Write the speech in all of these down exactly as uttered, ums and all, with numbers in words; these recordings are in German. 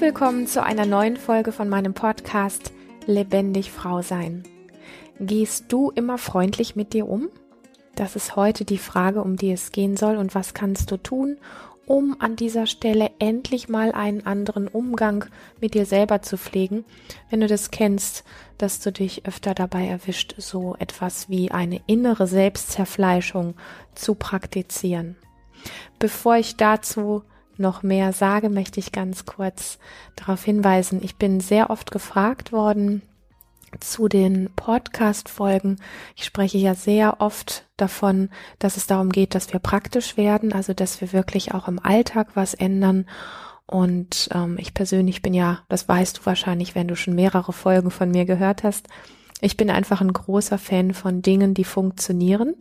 Herzlich willkommen zu einer neuen Folge von meinem Podcast Lebendig Frau sein. Gehst du immer freundlich mit dir um? Das ist heute die Frage, um die es gehen soll. Und was kannst du tun, um an dieser Stelle endlich mal einen anderen Umgang mit dir selber zu pflegen, wenn du das kennst, dass du dich öfter dabei erwischt, so etwas wie eine innere Selbstzerfleischung zu praktizieren. Bevor ich dazu noch mehr sage, möchte ich ganz kurz darauf hinweisen, ich bin sehr oft gefragt worden zu den Podcast-Folgen. Ich spreche ja sehr oft davon, dass es darum geht, dass wir praktisch werden, also dass wir wirklich auch im Alltag was ändern. Und ähm, ich persönlich bin ja, das weißt du wahrscheinlich, wenn du schon mehrere Folgen von mir gehört hast, ich bin einfach ein großer Fan von Dingen, die funktionieren.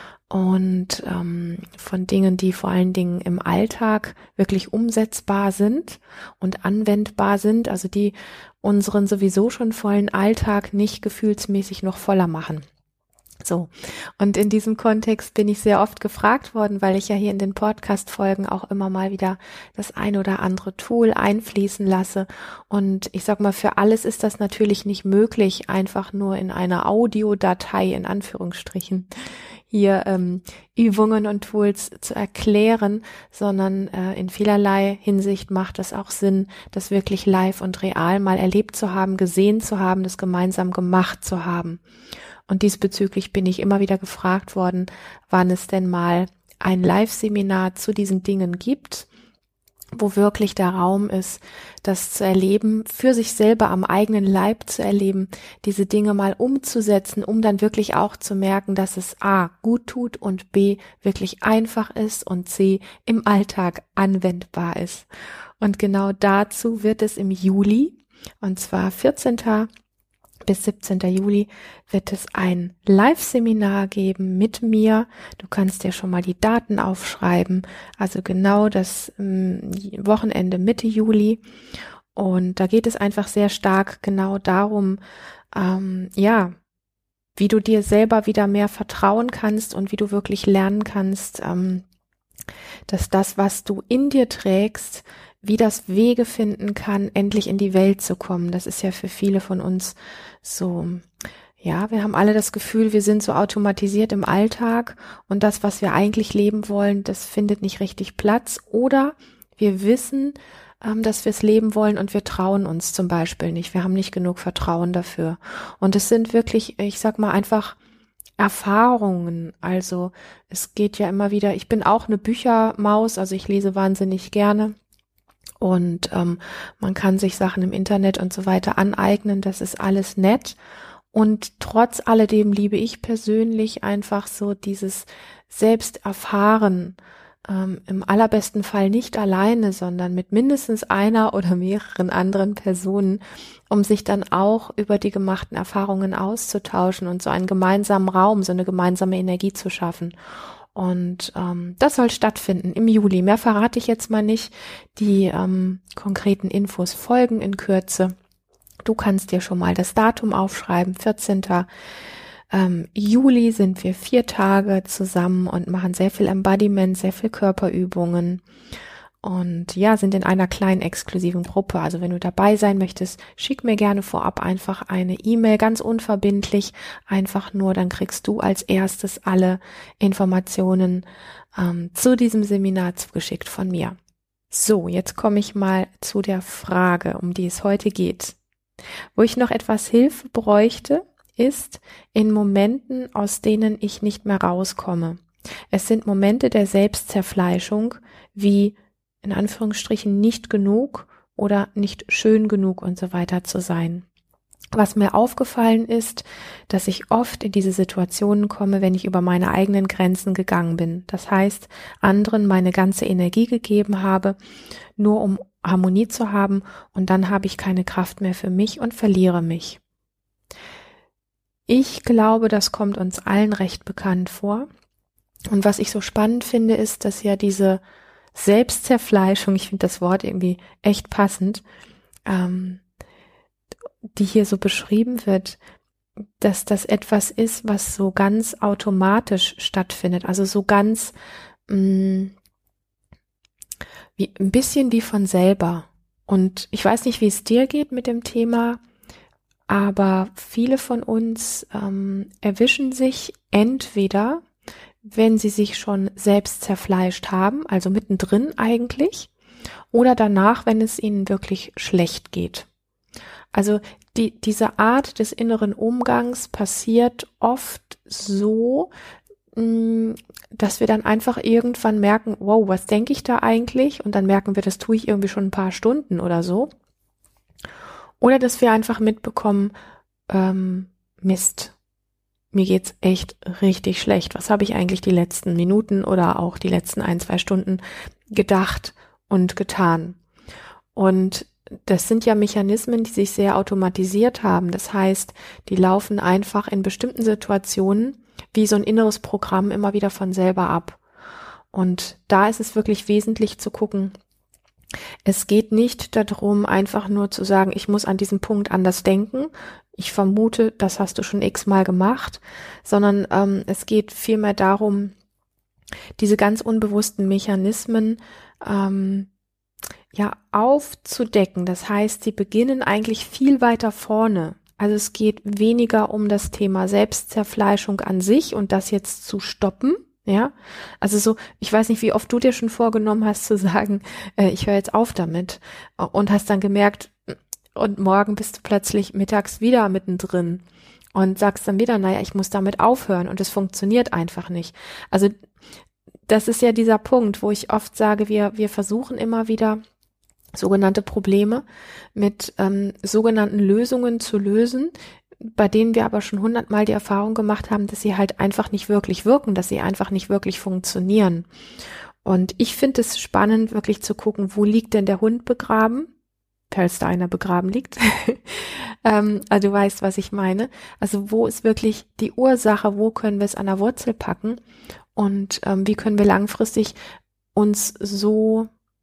Und ähm, von Dingen, die vor allen Dingen im Alltag wirklich umsetzbar sind und anwendbar sind, also die unseren sowieso schon vollen Alltag nicht gefühlsmäßig noch voller machen. So, und in diesem Kontext bin ich sehr oft gefragt worden, weil ich ja hier in den Podcast-Folgen auch immer mal wieder das ein oder andere Tool einfließen lasse. Und ich sag mal, für alles ist das natürlich nicht möglich, einfach nur in einer Audiodatei in Anführungsstrichen hier ähm, Übungen und Tools zu erklären, sondern äh, in vielerlei Hinsicht macht es auch Sinn, das wirklich live und real mal erlebt zu haben, gesehen zu haben, das gemeinsam gemacht zu haben. Und diesbezüglich bin ich immer wieder gefragt worden, wann es denn mal ein Live-Seminar zu diesen Dingen gibt, wo wirklich der Raum ist, das zu erleben, für sich selber am eigenen Leib zu erleben, diese Dinge mal umzusetzen, um dann wirklich auch zu merken, dass es A, gut tut und B, wirklich einfach ist und C, im Alltag anwendbar ist. Und genau dazu wird es im Juli, und zwar vierzehnten bis siebzehnten Juli, wird es ein Live-Seminar geben mit mir. Du kannst dir schon mal die Daten aufschreiben, also genau das ähm, Wochenende Mitte Juli. Und da geht es einfach sehr stark genau darum, ähm, ja, wie du dir selber wieder mehr vertrauen kannst und wie du wirklich lernen kannst, ähm, dass das, was du in dir trägst, wie das Wege finden kann, endlich in die Welt zu kommen. Das ist ja für viele von uns so, ja, wir haben alle das Gefühl, wir sind so automatisiert im Alltag und das, was wir eigentlich leben wollen, das findet nicht richtig Platz. Oder wir wissen, ähm, dass wir es leben wollen und wir trauen uns zum Beispiel nicht. Wir haben nicht genug Vertrauen dafür. Und es sind wirklich, ich sag mal einfach, Erfahrungen, also es geht ja immer wieder, ich bin auch eine Büchermaus, also ich lese wahnsinnig gerne. Und ähm, man kann sich Sachen im Internet und so weiter aneignen, das ist alles nett. Und trotz alledem liebe ich persönlich einfach so dieses Selbsterfahren, ähm, im allerbesten Fall nicht alleine, sondern mit mindestens einer oder mehreren anderen Personen, um sich dann auch über die gemachten Erfahrungen auszutauschen und so einen gemeinsamen Raum, so eine gemeinsame Energie zu schaffen. Und ähm, das soll stattfinden im Juli. Mehr verrate ich jetzt mal nicht. Die ähm, konkreten Infos folgen in Kürze. Du kannst dir schon mal das Datum aufschreiben. vierzehnten Ähm, Juli sind wir vier Tage zusammen und machen sehr viel Embodiment, sehr viel Körperübungen. Und ja, sind in einer kleinen exklusiven Gruppe. Also wenn du dabei sein möchtest, schick mir gerne vorab einfach eine E-Mail, ganz unverbindlich, einfach nur, dann kriegst du als erstes alle Informationen ähm, zu diesem Seminar zugeschickt von mir. So, jetzt komme ich mal zu der Frage, um die es heute geht. Wo ich noch etwas Hilfe bräuchte, ist in Momenten, aus denen ich nicht mehr rauskomme. Es sind Momente der Selbstzerfleischung, wie in Anführungsstrichen nicht genug oder nicht schön genug und so weiter zu sein. Was mir aufgefallen ist, dass ich oft in diese Situationen komme, wenn ich über meine eigenen Grenzen gegangen bin. Das heißt, anderen meine ganze Energie gegeben habe, nur um Harmonie zu haben, und dann habe ich keine Kraft mehr für mich und verliere mich. Ich glaube, das kommt uns allen recht bekannt vor. Und was ich so spannend finde, ist, dass ja diese Selbstzerfleischung, ich finde das Wort irgendwie echt passend, ähm, die hier so beschrieben wird, dass das etwas ist, was so ganz automatisch stattfindet, also so ganz mh, wie, ein bisschen wie von selber. Und ich weiß nicht, wie es dir geht mit dem Thema, aber viele von uns ähm, erwischen sich entweder, wenn sie sich schon selbst zerfleischt haben, also mittendrin eigentlich, oder danach, wenn es ihnen wirklich schlecht geht. Also die, diese Art des inneren Umgangs passiert oft so, mh, dass wir dann einfach irgendwann merken, wow, was denke ich da eigentlich? Und dann merken wir, das tue ich irgendwie schon ein paar Stunden oder so. Oder dass wir einfach mitbekommen, ähm, Mist, mir geht's echt richtig schlecht. Was habe ich eigentlich die letzten Minuten oder auch die letzten ein, zwei Stunden gedacht und getan? Und das sind ja Mechanismen, die sich sehr automatisiert haben. Das heißt, die laufen einfach in bestimmten Situationen wie so ein inneres Programm immer wieder von selber ab. Und da ist es wirklich wesentlich zu gucken, es geht nicht darum, einfach nur zu sagen, ich muss an diesem Punkt anders denken. Ich vermute, das hast du schon x-mal gemacht, sondern ähm, es geht vielmehr darum, diese ganz unbewussten Mechanismen ähm, ja aufzudecken. Das heißt, sie beginnen eigentlich viel weiter vorne. Also es geht weniger um das Thema Selbstzerfleischung an sich und das jetzt zu stoppen. Ja, also so, ich weiß nicht, wie oft du dir schon vorgenommen hast zu sagen, äh, ich höre jetzt auf damit und hast dann gemerkt, und morgen bist du plötzlich mittags wieder mittendrin und sagst dann wieder, naja, ich muss damit aufhören und es funktioniert einfach nicht. Also das ist ja dieser Punkt, wo ich oft sage, wir, wir versuchen immer wieder sogenannte Probleme mit ähm, sogenannten Lösungen zu lösen, bei denen wir aber schon hundertmal die Erfahrung gemacht haben, dass sie halt einfach nicht wirklich wirken, dass sie einfach nicht wirklich funktionieren. Und ich finde es spannend, wirklich zu gucken, wo liegt denn der Hund begraben, falls da einer begraben liegt. ähm, also du weißt, was ich meine. Also wo ist wirklich die Ursache, wo können wir es an der Wurzel packen und ähm, wie können wir langfristig uns so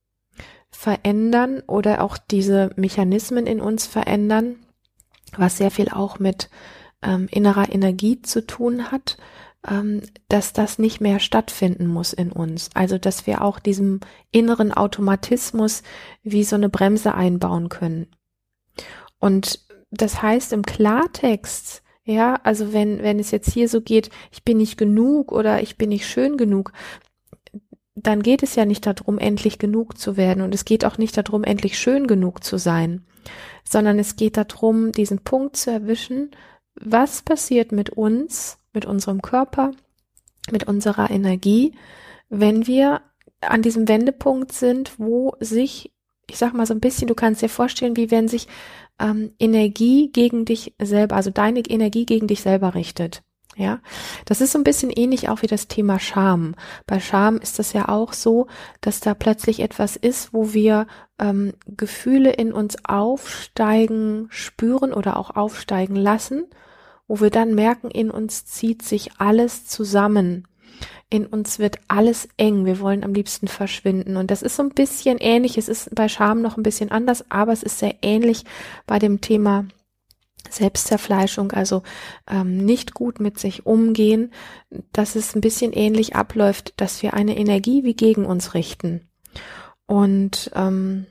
verändern oder auch diese Mechanismen in uns verändern, was sehr viel auch mit ähm, innerer Energie zu tun hat, ähm, dass das nicht mehr stattfinden muss in uns. Also, dass wir auch diesem inneren Automatismus wie so eine Bremse einbauen können. Und das heißt im Klartext, ja, also wenn, wenn es jetzt hier so geht, ich bin nicht genug oder ich bin nicht schön genug, dann geht es ja nicht darum, endlich genug zu werden. Und es geht auch nicht darum, endlich schön genug zu sein, sondern es geht darum, diesen Punkt zu erwischen, was passiert mit uns, mit unserem Körper, mit unserer Energie, wenn wir an diesem Wendepunkt sind, wo sich, ich sag mal so ein bisschen, du kannst dir vorstellen, wie wenn sich ähm, Energie gegen dich selber, also deine Energie gegen dich selber richtet. Ja, das ist so ein bisschen ähnlich auch wie das Thema Scham. Bei Scham ist das ja auch so, dass da plötzlich etwas ist, wo wir ähm, Gefühle in uns aufsteigen, spüren oder auch aufsteigen lassen, wo wir dann merken, in uns zieht sich alles zusammen. In uns wird alles eng. Wir wollen am liebsten verschwinden. Und das ist so ein bisschen ähnlich. Es ist bei Scham noch ein bisschen anders, aber es ist sehr ähnlich bei dem Thema Selbstzerfleischung, also ähm, nicht gut mit sich umgehen, dass es ein bisschen ähnlich abläuft, dass wir eine Energie wie gegen uns richten. Und ähm,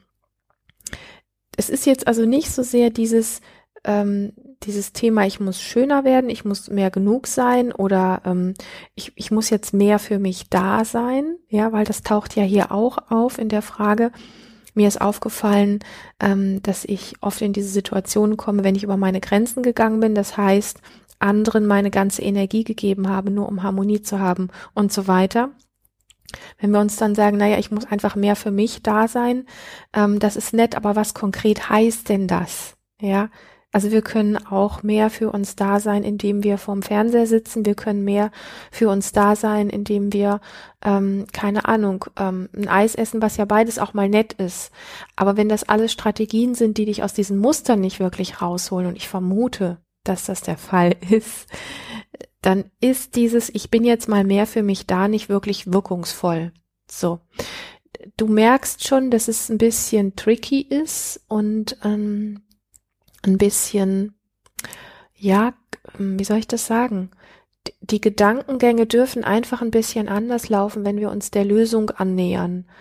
es ist jetzt also nicht so sehr dieses ähm, dieses Thema, ich muss schöner werden, ich muss mehr genug sein oder ähm, ich, ich muss jetzt mehr für mich da sein, ja, weil das taucht ja hier auch auf in der Frage. Mir ist aufgefallen, ähm, dass ich oft in diese Situation komme, wenn ich über meine Grenzen gegangen bin. Das heißt, anderen meine ganze Energie gegeben habe, nur um Harmonie zu haben und so weiter. Wenn wir uns dann sagen, naja, ich muss einfach mehr für mich da sein, ähm, das ist nett, aber was konkret heißt denn das? Ja, also wir können auch mehr für uns da sein, indem wir vorm Fernseher sitzen. Wir können mehr für uns da sein, indem wir, ähm, keine Ahnung, ähm, ein Eis essen, was ja beides auch mal nett ist. Aber wenn das alles Strategien sind, die dich aus diesen Mustern nicht wirklich rausholen, und ich vermute, dass das der Fall ist, dann ist dieses, ich bin jetzt mal mehr für mich da, nicht wirklich wirkungsvoll. So. Du merkst schon, dass es ein bisschen tricky ist und ähm, ein bisschen, ja, wie soll ich das sagen? Die Gedankengänge dürfen einfach ein bisschen anders laufen, wenn wir uns der Lösung annähern.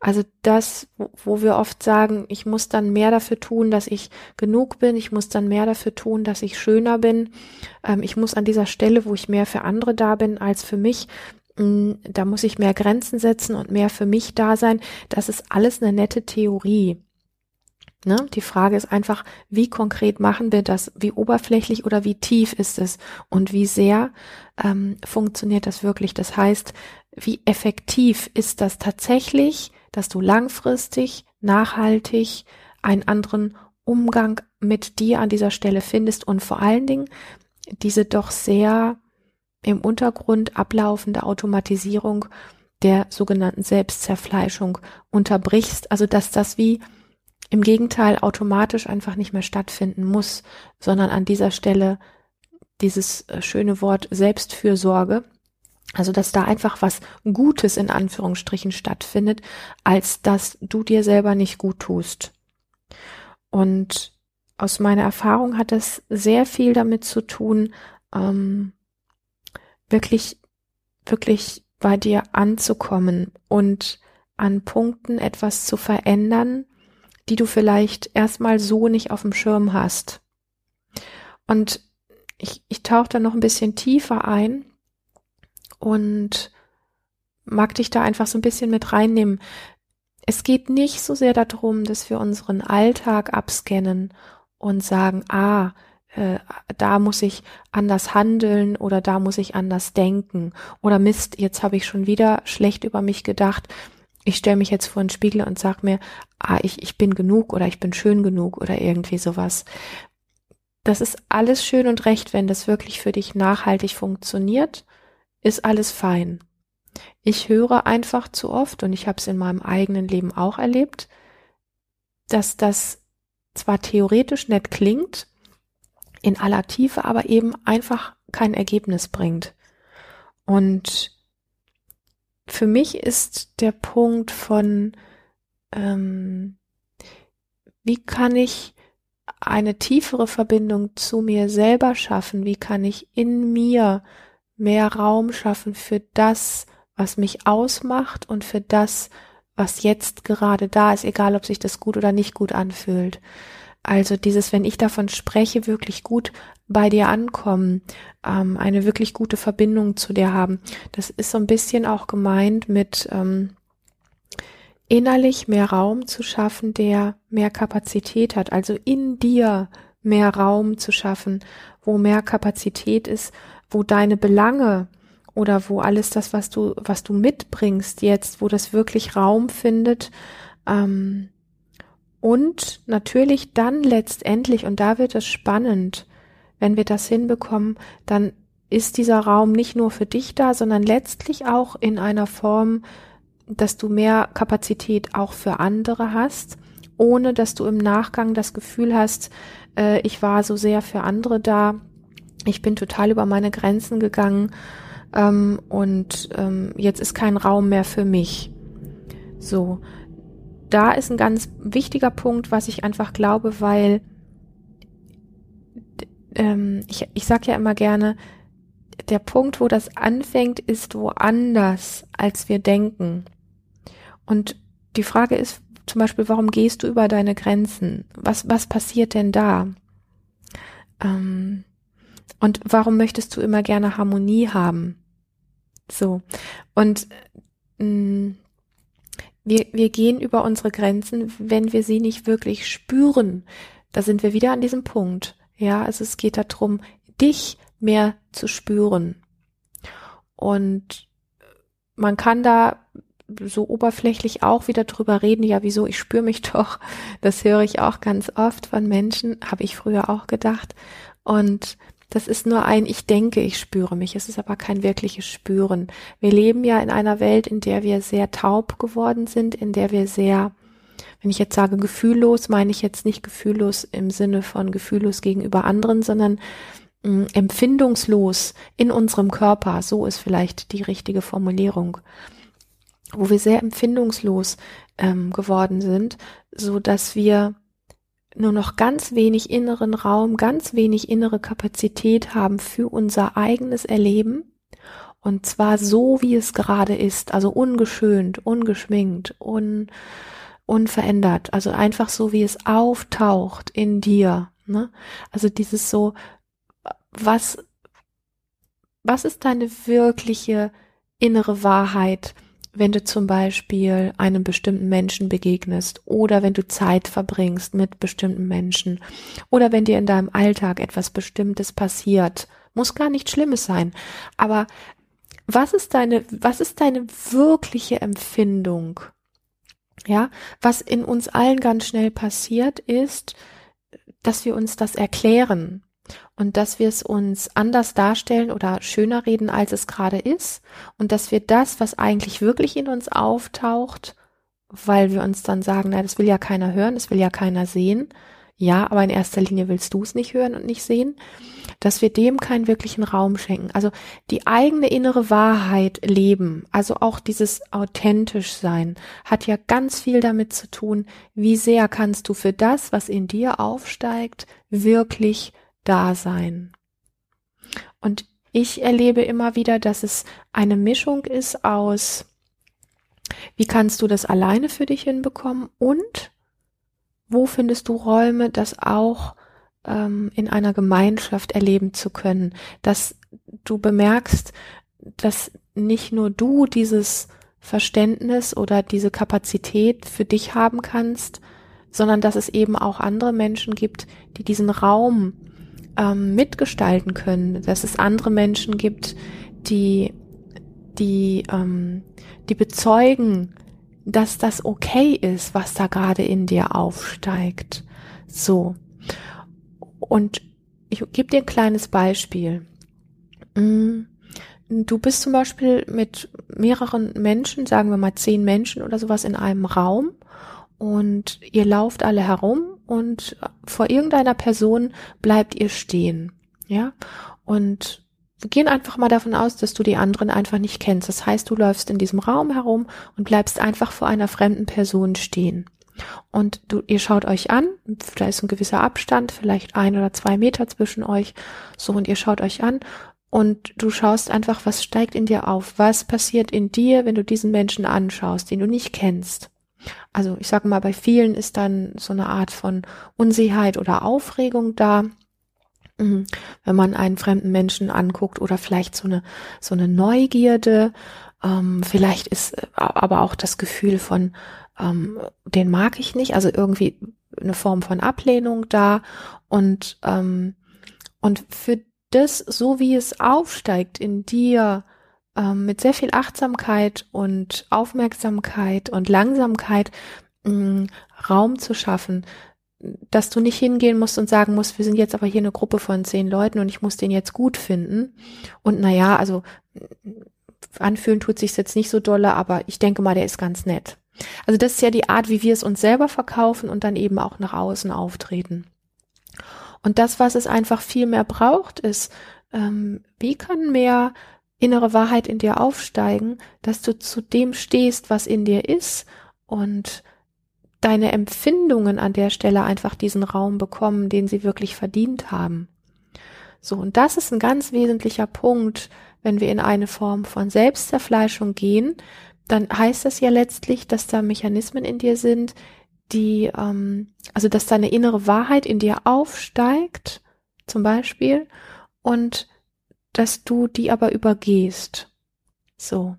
Also das, wo, wo wir oft sagen, ich muss dann mehr dafür tun, dass ich genug bin, ich muss dann mehr dafür tun, dass ich schöner bin, ähm, ich muss an dieser Stelle, wo ich mehr für andere da bin als für mich, mh, da muss ich mehr Grenzen setzen und mehr für mich da sein. Das ist alles eine nette Theorie. Ne? Die Frage ist einfach, wie konkret machen wir das, wie oberflächlich oder wie tief ist es und wie sehr ähm, funktioniert das wirklich? Das heißt, wie effektiv ist das tatsächlich, dass du langfristig, nachhaltig einen anderen Umgang mit dir an dieser Stelle findest und vor allen Dingen diese doch sehr im Untergrund ablaufende Automatisierung der sogenannten Selbstzerfleischung unterbrichst, also dass das wie im Gegenteil automatisch einfach nicht mehr stattfinden muss, sondern an dieser Stelle dieses schöne Wort Selbstfürsorge, also dass da einfach was Gutes in Anführungsstrichen stattfindet, als dass du dir selber nicht gut tust. Und aus meiner Erfahrung hat es sehr viel damit zu tun, ähm, wirklich, wirklich bei dir anzukommen und an Punkten etwas zu verändern, die du vielleicht erstmal so nicht auf dem Schirm hast. Und ich, ich tauche da noch ein bisschen tiefer ein und mag dich da einfach so ein bisschen mit reinnehmen. Es geht nicht so sehr darum, dass wir unseren Alltag abscannen und sagen, ah, äh, da muss ich anders handeln oder da muss ich anders denken oder Mist, jetzt habe ich schon wieder schlecht über mich gedacht. Ich stelle mich jetzt vor den Spiegel und sage mir, ah, ich, ich bin genug oder ich bin schön genug oder irgendwie sowas. Das ist alles schön und recht, wenn das wirklich für dich nachhaltig funktioniert, ist alles fein. Ich höre einfach zu oft, und ich habe es in meinem eigenen Leben auch erlebt, dass das zwar theoretisch nett klingt, in aller Tiefe, aber eben einfach kein Ergebnis bringt. Und für mich ist der Punkt von, ähm, wie kann ich eine tiefere Verbindung zu mir selber schaffen? Wie kann ich in mir mehr Raum schaffen für das, was mich ausmacht und für das, was jetzt gerade da ist, egal ob sich das gut oder nicht gut anfühlt. Also dieses, wenn ich davon spreche, wirklich gut bei dir ankommen, ähm, eine wirklich gute Verbindung zu dir haben, das ist so ein bisschen auch gemeint mit ähm, innerlich mehr Raum zu schaffen, der mehr Kapazität hat, also in dir mehr Raum zu schaffen, wo mehr Kapazität ist, wo deine Belange oder wo alles das, was du, was du mitbringst jetzt, wo das wirklich Raum findet, ähm, und natürlich dann letztendlich, und da wird es spannend, wenn wir das hinbekommen, dann ist dieser Raum nicht nur für dich da, sondern letztlich auch in einer Form, dass du mehr Kapazität auch für andere hast, ohne dass du im Nachgang das Gefühl hast, äh, ich war so sehr für andere da, ich bin total über meine Grenzen gegangen ähm, und ähm, jetzt ist kein Raum mehr für mich. So. Da ist ein ganz wichtiger Punkt, was ich einfach glaube, weil ähm, ich, ich sage ja immer gerne, der Punkt, wo das anfängt, ist woanders, als wir denken. Und die Frage ist zum Beispiel, warum gehst du über deine Grenzen? Was, was passiert denn da? Ähm, und warum möchtest du immer gerne Harmonie haben? So. Und mh, Wir, wir gehen über unsere Grenzen, wenn wir sie nicht wirklich spüren. Da sind wir wieder an diesem Punkt. Ja, also es geht darum, dich mehr zu spüren. Und man kann da so oberflächlich auch wieder drüber reden, ja, wieso, ich spüre mich doch. Das höre ich auch ganz oft von Menschen, habe ich früher auch gedacht. Und das ist nur ein, ich denke, ich spüre mich. Es ist aber kein wirkliches Spüren. Wir leben ja in einer Welt, in der wir sehr taub geworden sind, in der wir sehr, wenn ich jetzt sage gefühllos, meine ich jetzt nicht gefühllos im Sinne von gefühllos gegenüber anderen, sondern mh, empfindungslos in unserem Körper. So ist vielleicht die richtige Formulierung. Wo wir sehr empfindungslos ähm, geworden sind, so dass wir nur noch ganz wenig inneren Raum, ganz wenig innere Kapazität haben für unser eigenes Erleben Und zwar so, wie es gerade ist, also ungeschönt, ungeschminkt, un, unverändert, also einfach so, wie es auftaucht in dir, ne? Also dieses so, was, was ist deine wirkliche innere Wahrheit, wenn du zum Beispiel einem bestimmten Menschen begegnest oder wenn du Zeit verbringst mit bestimmten Menschen oder wenn dir in deinem Alltag etwas Bestimmtes passiert, muss gar nichts Schlimmes sein, aber was ist deine, was ist deine wirkliche Empfindung? Ja, was in uns allen ganz schnell passiert ist, dass wir uns das erklären und dass wir es uns anders darstellen oder schöner reden, als es gerade ist und dass wir das, was eigentlich wirklich in uns auftaucht, weil wir uns dann sagen, na, das will ja keiner hören, das will ja keiner sehen, ja, aber in erster Linie willst du es nicht hören und nicht sehen, dass wir dem keinen wirklichen Raum schenken. Also die eigene innere Wahrheit leben, also auch dieses authentisch sein, hat ja ganz viel damit zu tun, wie sehr kannst du für das, was in dir aufsteigt, wirklich da sein. Und ich erlebe immer wieder, dass es eine Mischung ist aus, wie kannst du das alleine für dich hinbekommen und wo findest du Räume, das auch ähm, in einer Gemeinschaft erleben zu können, dass du bemerkst, dass nicht nur du dieses Verständnis oder diese Kapazität für dich haben kannst, sondern dass es eben auch andere Menschen gibt, die diesen Raum ähm, mitgestalten können, dass es andere Menschen gibt, die die ähm, die bezeugen, dass das okay ist, was da gerade in dir aufsteigt. So. Und ich gebe dir ein kleines Beispiel. Du bist zum Beispiel mit mehreren Menschen, sagen wir mal zehn Menschen oder sowas in einem Raum und ihr lauft alle herum und vor irgendeiner Person bleibt ihr stehen. Ja? Und wir gehen einfach mal davon aus, dass du die anderen einfach nicht kennst. Das heißt, du läufst in diesem Raum herum und bleibst einfach vor einer fremden Person stehen. Und du, ihr schaut euch an, da ist ein gewisser Abstand, vielleicht ein oder zwei Meter zwischen euch, so, und ihr schaut euch an und du schaust einfach, was steigt in dir auf, was passiert in dir, wenn du diesen Menschen anschaust, den du nicht kennst. Also ich sage mal, bei vielen ist dann so eine Art von Unsicherheit oder Aufregung da, wenn man einen fremden Menschen anguckt oder vielleicht so eine so eine Neugierde, ähm, vielleicht ist aber auch das Gefühl von, ähm, den mag ich nicht, also irgendwie eine Form von Ablehnung da und ähm, und für das, so wie es aufsteigt in dir, ähm, mit sehr viel Achtsamkeit und Aufmerksamkeit und Langsamkeit mh, Raum zu schaffen, dass du nicht hingehen musst und sagen musst, wir sind jetzt aber hier eine Gruppe von zehn Leuten und ich muss den jetzt gut finden. Und naja, also anfühlen tut sich's jetzt nicht so dolle, aber ich denke mal, der ist ganz nett. Also das ist ja die Art, wie wir es uns selber verkaufen und dann eben auch nach außen auftreten. Und das, was es einfach viel mehr braucht, ist, ähm, wie kann mehr innere Wahrheit in dir aufsteigen, dass du zu dem stehst, was in dir ist und deine Empfindungen an der Stelle einfach diesen Raum bekommen, den sie wirklich verdient haben. So, und das ist ein ganz wesentlicher Punkt, wenn wir in eine Form von Selbstzerfleischung gehen, dann heißt das ja letztlich, dass da Mechanismen in dir sind, die, ähm, also dass deine innere Wahrheit in dir aufsteigt, zum Beispiel, und dass du die aber übergehst. So.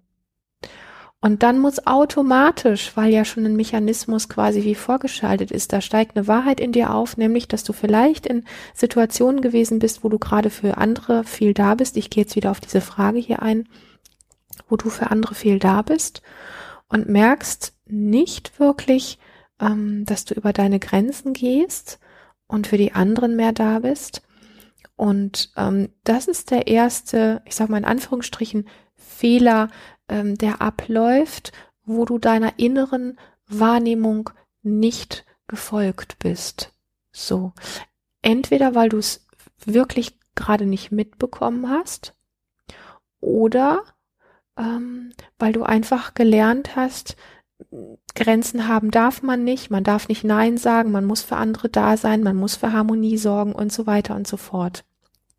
Und dann muss automatisch, weil ja schon ein Mechanismus quasi wie vorgeschaltet ist, da steigt eine Wahrheit in dir auf, nämlich, dass du vielleicht in Situationen gewesen bist, wo du gerade für andere viel da bist. Ich gehe jetzt wieder auf diese Frage hier ein, wo du für andere viel da bist und merkst nicht wirklich, ähm, dass du über deine Grenzen gehst und für die anderen mehr da bist. Und ähm, das ist der erste, ich sag mal in Anführungsstrichen, Fehler, ähm, der abläuft, wo du deiner inneren Wahrnehmung nicht gefolgt bist. So. Entweder weil du es wirklich gerade nicht mitbekommen hast oder ähm, weil du einfach gelernt hast, Grenzen haben darf man nicht, man darf nicht Nein sagen, man muss für andere da sein, man muss für Harmonie sorgen und so weiter und so fort.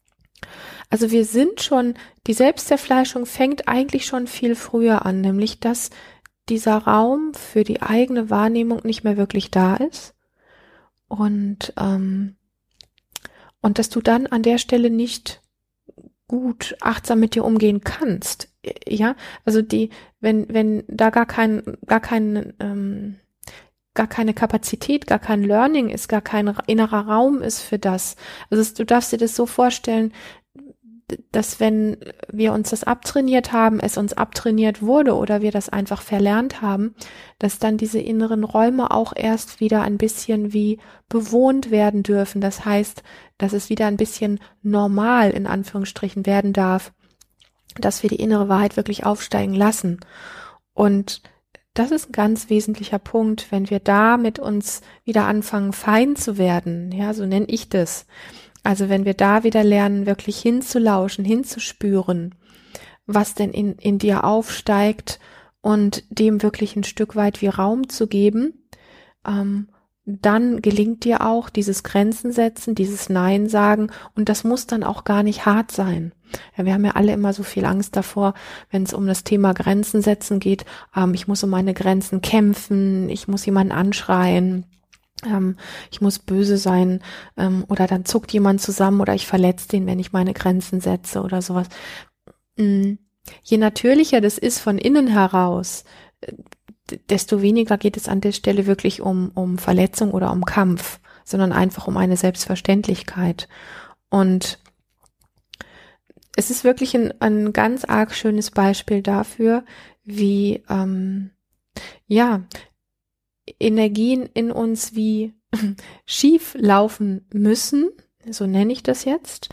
Also wir sind schon, die Selbstzerfleischung fängt eigentlich schon viel früher an, nämlich dass dieser Raum für die eigene Wahrnehmung nicht mehr wirklich da ist und ähm, und dass du dann an der Stelle nicht gut achtsam mit dir umgehen kannst. Ja, also die, wenn wenn da gar kein gar kein ähm, gar keine Kapazität, gar kein Learning ist, gar kein innerer Raum ist für das. Also es, du darfst dir das so vorstellen, dass wenn wir uns das abtrainiert haben, es uns abtrainiert wurde oder wir das einfach verlernt haben, dass dann diese inneren Räume auch erst wieder ein bisschen wie bewohnt werden dürfen. Das heißt, dass es wieder ein bisschen normal in Anführungsstrichen werden darf, dass wir die innere Wahrheit wirklich aufsteigen lassen. Und das ist ein ganz wesentlicher Punkt, wenn wir da mit uns wieder anfangen, fein zu werden. Ja, so nenne ich das. Also wenn wir da wieder lernen, wirklich hinzulauschen, hinzuspüren, was denn in, in dir aufsteigt und dem wirklich ein Stück weit wie Raum zu geben, ähm, dann gelingt dir auch dieses Grenzen setzen, dieses Nein sagen und das muss dann auch gar nicht hart sein. Ja, wir haben ja alle immer so viel Angst davor, wenn es um das Thema Grenzen setzen geht. Ähm, ich muss um meine Grenzen kämpfen, ich muss jemanden anschreien. Ähm, ich muss böse sein ähm, oder dann zuckt jemand zusammen oder ich verletze den, wenn ich meine Grenzen setze oder sowas. Mhm. Je natürlicher das ist von innen heraus, desto weniger geht es an der Stelle wirklich um, um Verletzung oder um Kampf, sondern einfach um eine Selbstverständlichkeit. Und es ist wirklich ein, ein ganz arg schönes Beispiel dafür, wie ähm, ja Energien in uns wie schief laufen müssen, so nenne ich das jetzt,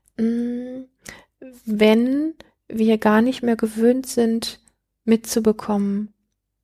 wenn wir gar nicht mehr gewöhnt sind, mitzubekommen,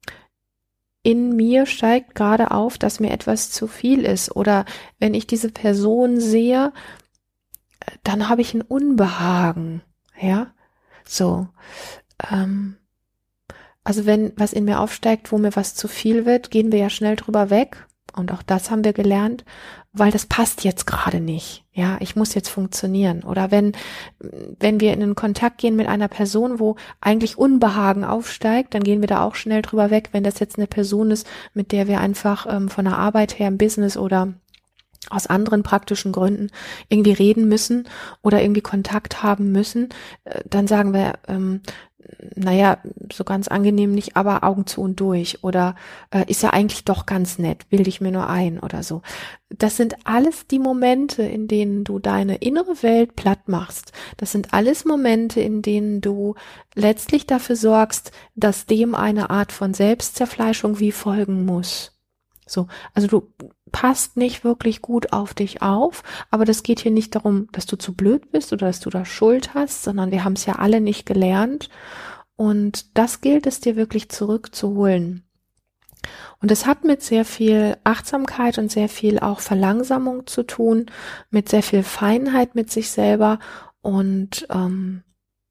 in mir steigt gerade auf, dass mir etwas zu viel ist, oder wenn ich diese Person sehe, dann habe ich ein Unbehagen, ja, so, ähm, also wenn was in mir aufsteigt, wo mir was zu viel wird, gehen wir ja schnell drüber weg. Und auch das haben wir gelernt, weil das passt jetzt gerade nicht. Ja, ich muss jetzt funktionieren. Oder wenn, wenn wir in einen Kontakt gehen mit einer Person, wo eigentlich Unbehagen aufsteigt, dann gehen wir da auch schnell drüber weg, wenn das jetzt eine Person ist, mit der wir einfach ähm, von der Arbeit her im Business oder aus anderen praktischen Gründen irgendwie reden müssen oder irgendwie Kontakt haben müssen, dann sagen wir, ähm, naja, so ganz angenehm nicht, aber Augen zu und durch oder äh, ist ja eigentlich doch ganz nett, bilde ich mir nur ein oder so. Das sind alles die Momente, in denen du deine innere Welt platt machst. Das sind alles Momente, in denen du letztlich dafür sorgst, dass dem eine Art von Selbstzerfleischung wie folgen muss. So, also du passt nicht wirklich gut auf dich auf, aber das geht hier nicht darum, dass du zu blöd bist oder dass du da Schuld hast, sondern wir haben es ja alle nicht gelernt und das gilt es dir wirklich zurückzuholen. Und es hat mit sehr viel Achtsamkeit und sehr viel auch Verlangsamung zu tun, mit sehr viel Feinheit mit sich selber und ähm,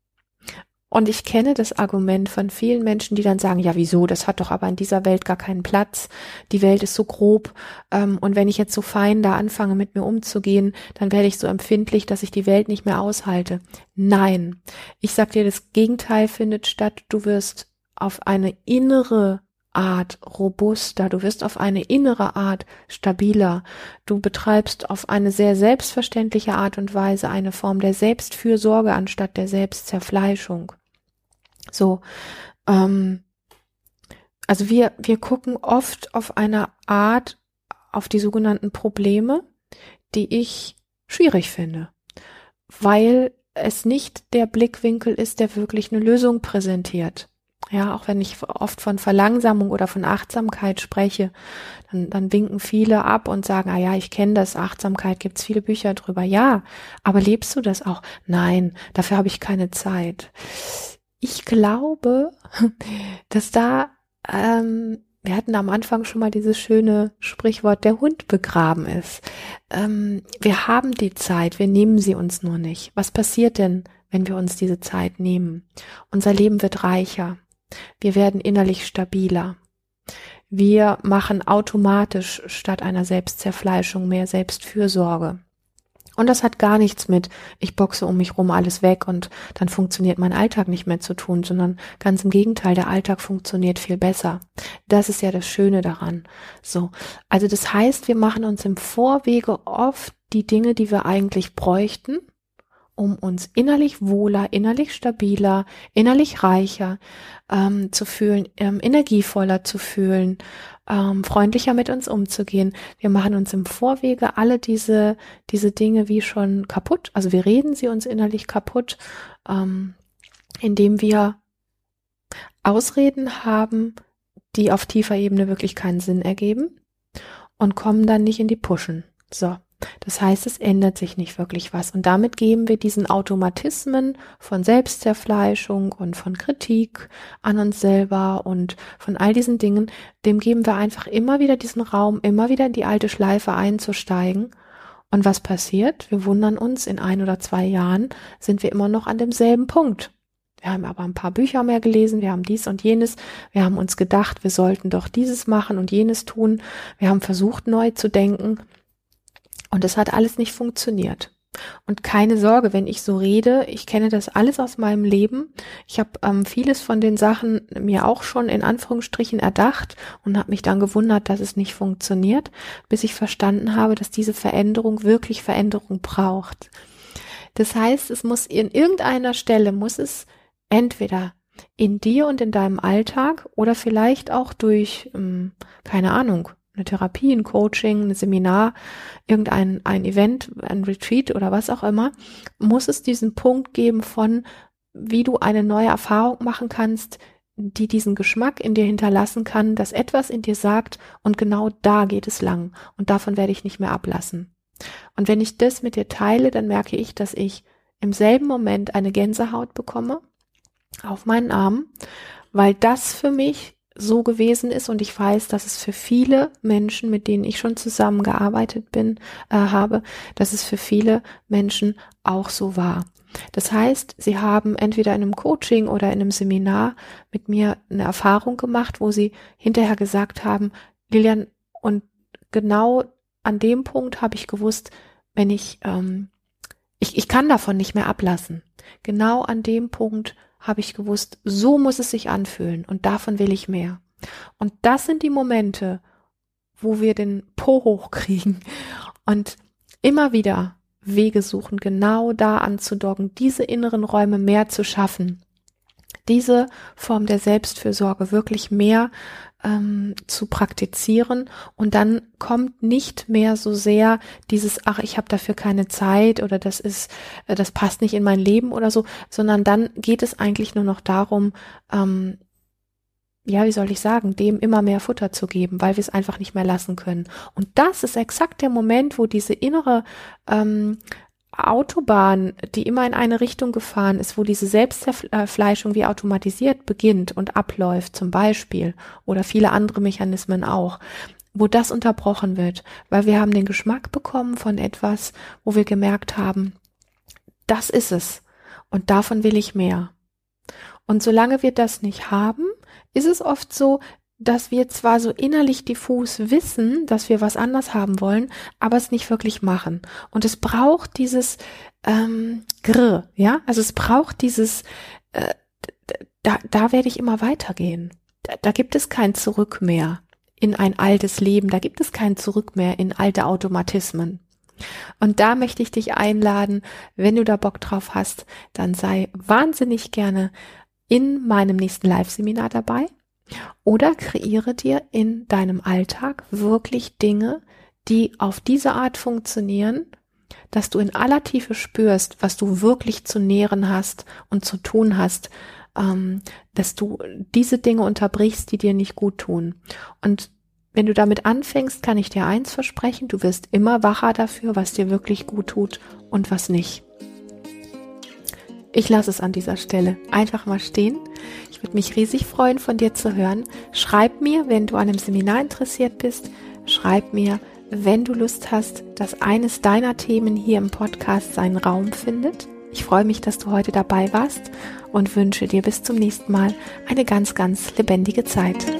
Und ich kenne das Argument von vielen Menschen, die dann sagen, ja wieso, das hat doch aber in dieser Welt gar keinen Platz, die Welt ist so grob ähm, und wenn ich jetzt so fein da anfange mit mir umzugehen, dann werde ich so empfindlich, dass ich die Welt nicht mehr aushalte. Nein, ich sag dir, das Gegenteil findet statt, du wirst auf eine innere Art robuster, du wirst auf eine innere Art stabiler, du betreibst auf eine sehr selbstverständliche Art und Weise eine Form der Selbstfürsorge anstatt der Selbstzerfleischung. So, ähm, also wir, wir gucken oft auf eine Art, auf die sogenannten Probleme, die ich schwierig finde, weil es nicht der Blickwinkel ist, der wirklich eine Lösung präsentiert. Ja, auch wenn ich oft von Verlangsamung oder von Achtsamkeit spreche, dann, dann winken viele ab und sagen, ah ja, ich kenne das, Achtsamkeit, gibt's viele Bücher drüber. Ja, aber lebst du das auch? Nein, dafür habe ich keine Zeit. Ich glaube, dass da, ähm, wir hatten am Anfang schon mal dieses schöne Sprichwort, der Hund begraben ist. Ähm, wir haben die Zeit, wir nehmen sie uns nur nicht. Was passiert denn, wenn wir uns diese Zeit nehmen? Unser Leben wird reicher. Wir werden innerlich stabiler. Wir machen automatisch statt einer Selbstzerfleischung mehr Selbstfürsorge. Und das hat gar nichts mit, ich boxe um mich rum alles weg und dann funktioniert mein Alltag nicht mehr zu tun, sondern ganz im Gegenteil, der Alltag funktioniert viel besser. Das ist ja das Schöne daran. So, also das heißt, wir machen uns im Vorwege oft die Dinge, die wir eigentlich bräuchten, um uns innerlich wohler, innerlich stabiler, innerlich reicher ähm, zu fühlen, ähm, energievoller zu fühlen, ähm, freundlicher mit uns umzugehen. Wir machen uns im Vorwege alle diese diese Dinge wie schon kaputt. Also wir reden sie uns innerlich kaputt, ähm, indem wir Ausreden haben, die auf tiefer Ebene wirklich keinen Sinn ergeben und kommen dann nicht in die Pushen. So. Das heißt, es ändert sich nicht wirklich was. Und damit geben wir diesen Automatismen von Selbstzerfleischung und von Kritik an uns selber und von all diesen Dingen, dem geben wir einfach immer wieder diesen Raum, immer wieder in die alte Schleife einzusteigen. Und was passiert? Wir wundern uns, in ein oder zwei Jahren sind wir immer noch an demselben Punkt. Wir haben aber ein paar Bücher mehr gelesen, wir haben dies und jenes, wir haben uns gedacht, wir sollten doch dieses machen und jenes tun. Wir haben versucht, neu zu denken. Und es hat alles nicht funktioniert. Und keine Sorge, wenn ich so rede, ich kenne das alles aus meinem Leben. Ich habe ähm, vieles von den Sachen mir auch schon in Anführungsstrichen erdacht und habe mich dann gewundert, dass es nicht funktioniert, bis ich verstanden habe, dass diese Veränderung wirklich Veränderung braucht. Das heißt, es muss in irgendeiner Stelle, muss es entweder in dir und in deinem Alltag oder vielleicht auch durch, ähm, keine Ahnung, eine Therapie, ein Coaching, ein Seminar, irgendein ein Event, ein Retreat oder was auch immer, muss es diesen Punkt geben von, wie du eine neue Erfahrung machen kannst, die diesen Geschmack in dir hinterlassen kann, dass etwas in dir sagt, und genau da geht es lang und davon werde ich nicht mehr ablassen. Und wenn ich das mit dir teile, dann merke ich, dass ich im selben Moment eine Gänsehaut bekomme auf meinen Arm, weil das für mich so gewesen ist und ich weiß, dass es für viele Menschen, mit denen ich schon zusammengearbeitet bin, äh, habe, dass es für viele Menschen auch so war. Das heißt, sie haben entweder in einem Coaching oder in einem Seminar mit mir eine Erfahrung gemacht, wo sie hinterher gesagt haben, Lilian, und genau an dem Punkt habe ich gewusst, wenn ich, ähm, ich, ich kann davon nicht mehr ablassen. Genau an dem Punkt habe ich gewusst, so muss es sich anfühlen und davon will ich mehr. Und das sind die Momente, wo wir den Po hochkriegen und immer wieder Wege suchen, genau da anzudocken, diese inneren Räume mehr zu schaffen, diese Form der Selbstfürsorge wirklich mehr ähm, zu praktizieren, und dann kommt nicht mehr so sehr dieses, ach, ich habe dafür keine Zeit oder das ist, äh, das passt nicht in mein Leben oder so, sondern dann geht es eigentlich nur noch darum, ähm, ja, wie soll ich sagen, dem immer mehr Futter zu geben, weil wir es einfach nicht mehr lassen können. Und das ist exakt der Moment, wo diese innere ähm, Autobahn, die immer in eine Richtung gefahren ist, wo diese Selbstzerfleischung wie automatisiert beginnt und abläuft zum Beispiel, oder viele andere Mechanismen auch, wo das unterbrochen wird, weil wir haben den Geschmack bekommen von etwas, wo wir gemerkt haben, das ist es und davon will ich mehr. Und solange wir das nicht haben, ist es oft so, dass wir zwar so innerlich diffus wissen, dass wir was anders haben wollen, aber es nicht wirklich machen. Und es braucht dieses ähm, Grr, ja, also es braucht dieses, äh, da, da werde ich immer weitergehen. Da, da gibt es kein Zurück mehr in ein altes Leben, da gibt es kein Zurück mehr in alte Automatismen. Und da möchte ich dich einladen, wenn du da Bock drauf hast, dann sei wahnsinnig gerne in meinem nächsten Live-Seminar dabei. Oder kreiere dir in deinem Alltag wirklich Dinge, die auf diese Art funktionieren, dass du in aller Tiefe spürst, was du wirklich zu nähren hast und zu tun hast, ähm, dass du diese Dinge unterbrichst, die dir nicht gut tun. Und wenn du damit anfängst, kann ich dir eins versprechen, du wirst immer wacher dafür, was dir wirklich gut tut und was nicht. Ich lasse es an dieser Stelle einfach mal stehen. Ich würde mich riesig freuen, von dir zu hören. Schreib mir, wenn du an einem Seminar interessiert bist. Schreib mir, wenn du Lust hast, dass eines deiner Themen hier im Podcast seinen Raum findet. Ich freue mich, dass du heute dabei warst und wünsche dir bis zum nächsten Mal eine ganz, ganz lebendige Zeit.